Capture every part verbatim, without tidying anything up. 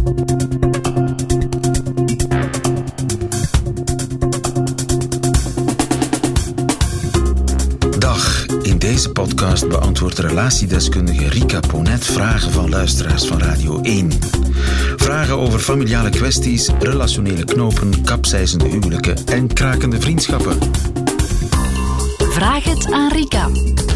Dag, in deze podcast beantwoordt relatiedeskundige Rika Ponet vragen van luisteraars van Radio één. Vragen over familiale kwesties, relationele knopen, kapseizende huwelijken en krakende vriendschappen. Vraag het aan Rika.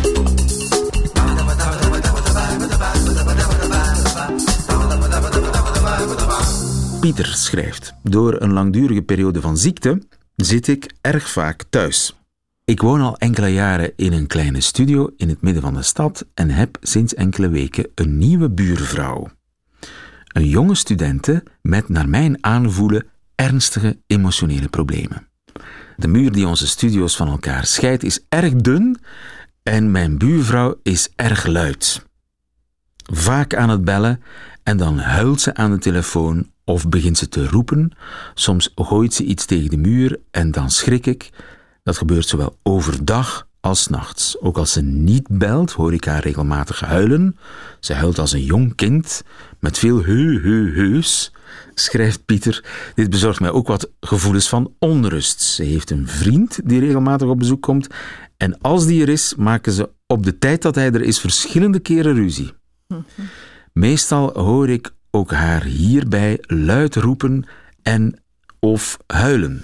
Pieter schrijft: door een langdurige periode van ziekte zit ik erg vaak thuis. Ik woon al enkele jaren in een kleine studio in het midden van de stad en heb sinds enkele weken een nieuwe buurvrouw. Een jonge studente met, naar mijn aanvoelen, ernstige emotionele problemen. De muur die onze studio's van elkaar scheidt is erg dun en mijn buurvrouw is erg luid. Vaak aan het bellen en dan huilt ze aan de telefoon of begint ze te roepen. Soms gooit ze iets tegen de muur en dan schrik ik. Dat gebeurt zowel overdag als 's nachts. Ook als ze niet belt, hoor ik haar regelmatig huilen. Ze huilt als een jong kind, met veel heu, heu, heus, schrijft Pieter. Dit bezorgt mij ook wat gevoelens van onrust. Ze heeft een vriend die regelmatig op bezoek komt. En als die er is, maken ze op de tijd dat hij er is verschillende keren ruzie. Mm-hmm. Meestal hoor ik ook haar hierbij luid roepen en of huilen.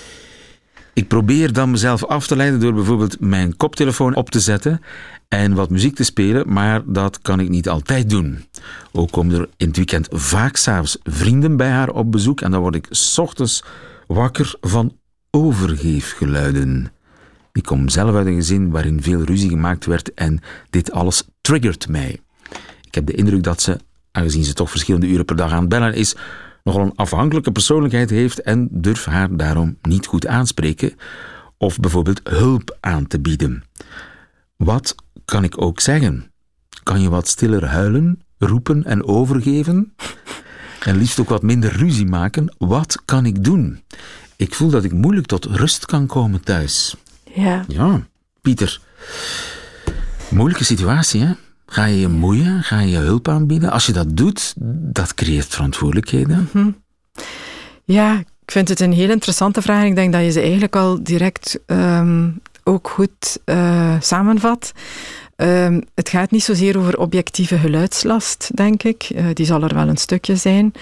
Ik probeer dan mezelf af te leiden door bijvoorbeeld mijn koptelefoon op te zetten en wat muziek te spelen, maar dat kan ik niet altijd doen. Ook komen er in het weekend vaak 's avonds vrienden bij haar op bezoek en dan word ik 's ochtends wakker van overgeefgeluiden. Ik kom zelf uit een gezin waarin veel ruzie gemaakt werd en dit alles triggert mij. Ik heb de indruk dat ze, aangezien ze toch verschillende uren per dag aan het bellen is, nogal een afhankelijke persoonlijkheid heeft en durf haar daarom niet goed aanspreken of bijvoorbeeld hulp aan te bieden. Wat kan ik ook zeggen? Kan je wat stiller huilen, roepen en overgeven? En liefst ook wat minder ruzie maken? Wat kan ik doen? Ik voel dat ik moeilijk tot rust kan komen thuis. Ja. Ja, Pieter. Moeilijke situatie, hè? Ga je je moeien? Ga je je hulp aanbieden? Als je dat doet, dat creëert verantwoordelijkheden. Mm-hmm. Ja, ik vind het een heel interessante vraag. Ik denk dat je ze eigenlijk al direct um, ook goed uh, samenvat. Um, het gaat niet zozeer over objectieve geluidslast, denk ik. Uh, die zal er wel een stukje zijn.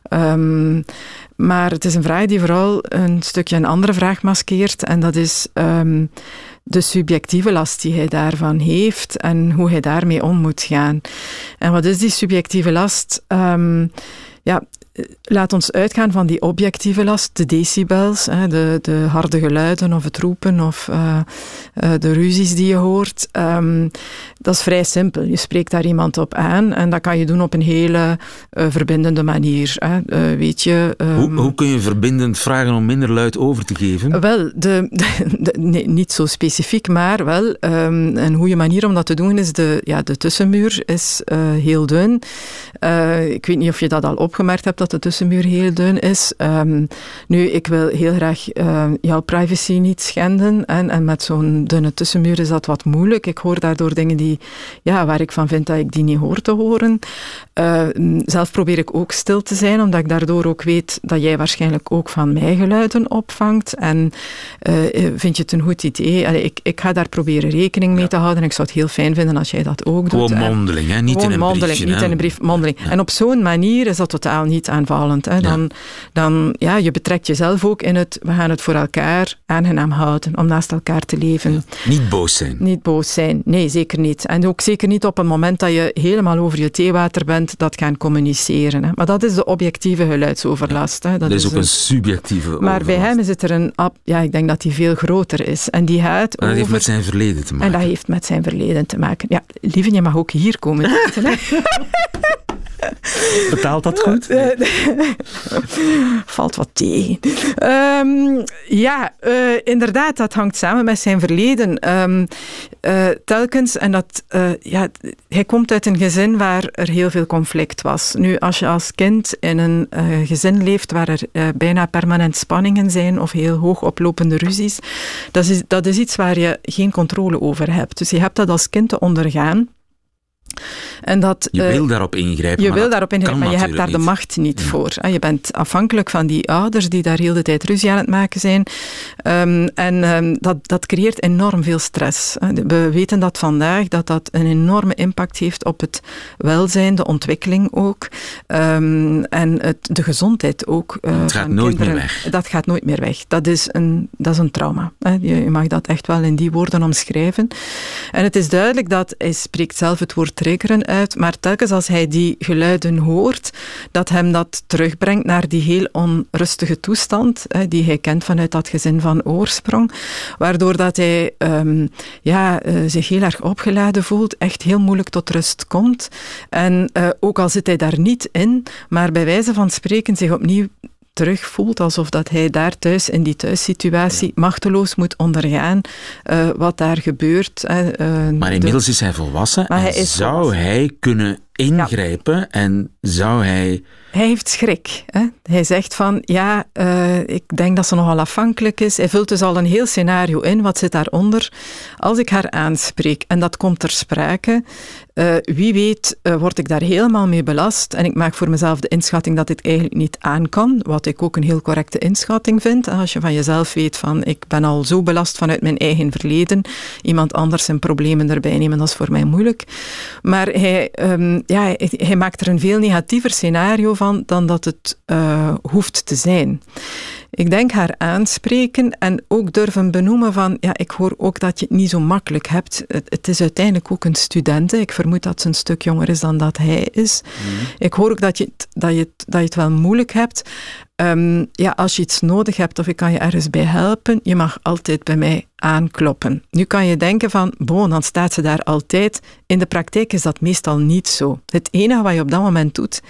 Um, maar het is een vraag die vooral een stukje een andere vraag maskeert. En dat is Um, de subjectieve last die hij daarvan heeft en hoe hij daarmee om moet gaan. En wat is die subjectieve last? Um, ja, laat ons uitgaan van die objectieve last, de decibels, de, de harde geluiden of het roepen of uh, uh, de ruzies die je hoort. Um, dat is vrij simpel. Je spreekt daar iemand op aan en dat kan je doen op een hele uh, verbindende manier. Hè. Uh, weet je, um, hoe, hoe kun je verbindend vragen om minder luid over te geven? Wel, de, de, de, nee, niet zo specifiek, maar wel um, een goede manier om dat te doen is de, ja, de tussenmuur is uh, heel dun. Uh, ik weet niet of je dat al opgemerkt hebt, dat de tussenmuur heel dun is. Um, nu, ik wil heel graag uh, jouw privacy niet schenden en, en met zo'n dunne tussenmuur is dat wat moeilijk. Ik hoor daardoor dingen die, ja, waar ik van vind dat ik die niet hoor te horen. Uh, zelf probeer ik ook stil te zijn, omdat ik daardoor ook weet dat jij waarschijnlijk ook van mij geluiden opvangt. En uh, vind je het een goed idee? Allee, ik, ik ga daar proberen rekening mee ja. te houden en ik zou het heel fijn vinden als jij dat ook doet. Gewoon mondeling, hè? Niet Gewoon in een mondeling, briefje. Niet hè? in een brief, mondeling. Ja. En op zo'n manier is dat totaal niet aanvallend. Hè. Dan, ja. dan, ja, je betrekt jezelf ook in het, we gaan het voor elkaar aangenaam houden, om naast elkaar te leven. Ja. Niet boos zijn. Niet boos zijn, nee, zeker niet. En ook zeker niet op een moment dat je helemaal over je theewater bent, dat gaan communiceren. Hè. Maar dat is de objectieve geluidsoverlast. Hè. Dat er is, is ook een, een subjectieve Maar overlast. bij hem is het er een, ja, ik denk dat die veel groter is. En die gaat en dat over... heeft met zijn verleden te maken. En dat heeft met zijn verleden te maken. Ja, lieve, je mag ook hier komen zitten, hè. Betaalt dat goed? Valt wat tegen. Um, ja, uh, inderdaad, dat hangt samen met zijn verleden. Um, uh, telkens, en dat, uh, ja, hij komt uit een gezin waar er heel veel conflict was. Nu, als je als kind in een uh, gezin leeft waar er uh, bijna permanent spanningen zijn of heel hoog oplopende ruzies, dat is, dat is iets waar je geen controle over hebt. Dus je hebt dat als kind te ondergaan. En dat, je wil uh, daarop ingrijpen, Je maar wil daarop ingrijpen, maar je hebt daar niet. de macht niet ja. voor. Je bent afhankelijk van die ouders die daar heel de tijd ruzie aan het maken zijn. Um, en um, dat, dat creëert enorm veel stress. We weten dat vandaag, dat dat een enorme impact heeft op het welzijn, de ontwikkeling ook. Um, en het, de gezondheid ook. Uh, het gaat van nooit kinderen. meer weg. Dat gaat nooit meer weg. Dat is een, dat is een trauma. Je, je mag dat echt wel in die woorden omschrijven. En het is duidelijk dat, hij spreekt zelf het woord triggeren uit, maar telkens als hij die geluiden hoort, dat hem dat terugbrengt naar die heel onrustige toestand, die hij kent vanuit dat gezin van oorsprong, waardoor dat hij um, ja, uh, zich heel erg opgeladen voelt, echt heel moeilijk tot rust komt. En uh, ook al zit hij daar niet in, maar bij wijze van spreken zich opnieuw terug voelt, alsof dat hij daar thuis in die thuissituatie machteloos moet ondergaan uh, wat daar gebeurt. Uh, maar inmiddels de... is hij volwassen maar en hij is zou volwassen. hij kunnen ingrijpen ja. en zou hij... Hij heeft schrik. Hè? Hij zegt van, ja, uh, ik denk dat ze nogal afhankelijk is. Hij vult dus al een heel scenario in. Wat zit daaronder? Als ik haar aanspreek en dat komt ter sprake, uh, wie weet uh, word ik daar helemaal mee belast en ik maak voor mezelf de inschatting dat dit eigenlijk niet aan kan, wat ik ook een heel correcte inschatting vind. Als je van jezelf weet van, ik ben al zo belast vanuit mijn eigen verleden, iemand anders zijn problemen erbij nemen, dat is voor mij moeilijk. Maar hij, um, ja, hij, hij maakt er een veel negatiever scenario van dan dat het uh, hoeft te zijn. Ik denk haar aanspreken en ook durven benoemen van, ja, ik hoor ook dat je het niet zo makkelijk hebt. Het, het is uiteindelijk ook een student. Ik vermoed dat ze een stuk jonger is dan dat hij is. Mm. Ik hoor ook dat je, het, dat, je het, dat je het wel moeilijk hebt. Um, ja, als je iets nodig hebt of ik kan je ergens bij helpen, je mag altijd bij mij aankloppen. Nu kan je denken van, bon, dan staat ze daar altijd. In de praktijk is dat meestal niet zo. Het enige wat je op dat moment doet,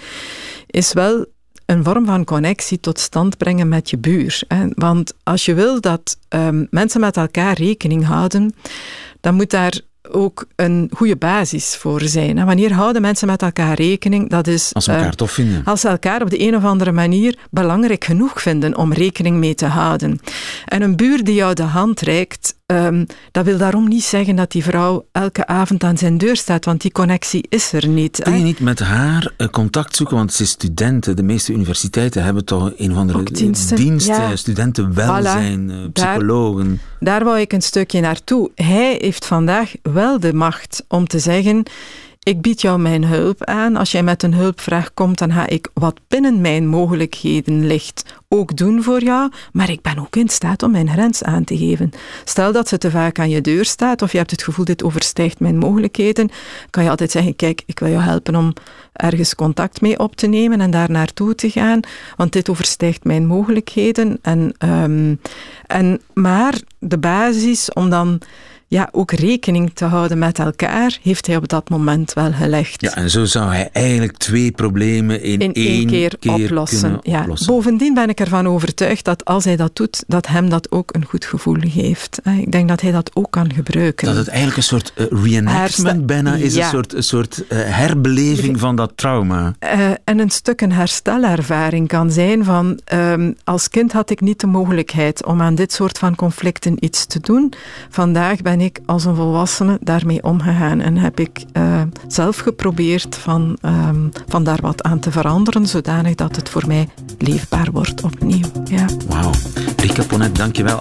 is wel een vorm van connectie tot stand brengen met je buur. Hè. Want als je wil dat um, mensen met elkaar rekening houden, dan moet daar ook een goede basis voor zijn. En wanneer houden mensen met elkaar rekening? Dat is, als ze elkaar uh, tof vinden. Als ze elkaar op de een of andere manier belangrijk genoeg vinden om rekening mee te houden. En een buur die jou de hand reikt, um, dat wil daarom niet zeggen dat die vrouw elke avond aan zijn deur staat, want die connectie is er niet. Kun je hè? niet met haar uh, contact zoeken? Want ze is studenten. De meeste universiteiten hebben toch een of andere diensten, diensten, ja. studentenwelzijn, voilà. uh, psychologen. Daar, daar wou ik een stukje naartoe. Hij heeft vandaag wel de macht om te zeggen, ik bied jou mijn hulp aan. Als jij met een hulpvraag komt, dan ga ik wat binnen mijn mogelijkheden ligt ook doen voor jou, maar ik ben ook in staat om mijn grens aan te geven. Stel dat ze te vaak aan je deur staat of je hebt het gevoel dit overstijgt mijn mogelijkheden, kan je altijd zeggen, kijk, ik wil jou helpen om ergens contact mee op te nemen en daar naartoe te gaan, want dit overstijgt mijn mogelijkheden. En, um, en, maar de basis om dan ja, ook rekening te houden met elkaar, heeft hij op dat moment wel gelegd. Ja, en zo zou hij eigenlijk twee problemen in, in één, één keer, keer oplossen. Ja. oplossen. Bovendien ben ik ervan overtuigd dat als hij dat doet, dat hem dat ook een goed gevoel geeft. Ik denk dat hij dat ook kan gebruiken. Dat het eigenlijk een soort uh, reenactment Hersta- bijna is, ja. een soort, een soort uh, herbeleving van dat trauma. Uh, en een stuk een herstelervaring kan zijn van, um, als kind had ik niet de mogelijkheid om aan dit soort van conflicten iets te doen. Vandaag ben ik als een volwassene daarmee omgegaan en heb ik uh, zelf geprobeerd van, um, van daar wat aan te veranderen, zodanig dat het voor mij leefbaar wordt opnieuw. Ja. Wauw. Rika Ponet, dank je wel.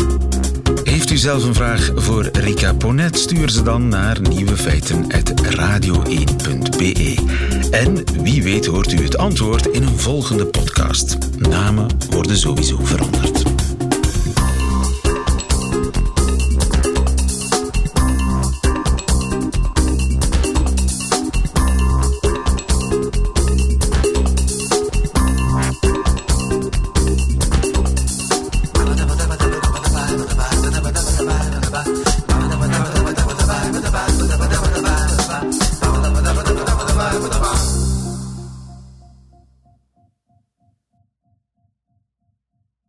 Heeft u zelf een vraag voor Rika Ponet? Stuur ze dan naar nieuwefeiten apenstaartje radio één punt b e. En wie weet hoort u het antwoord in een volgende podcast. Namen worden sowieso veranderd.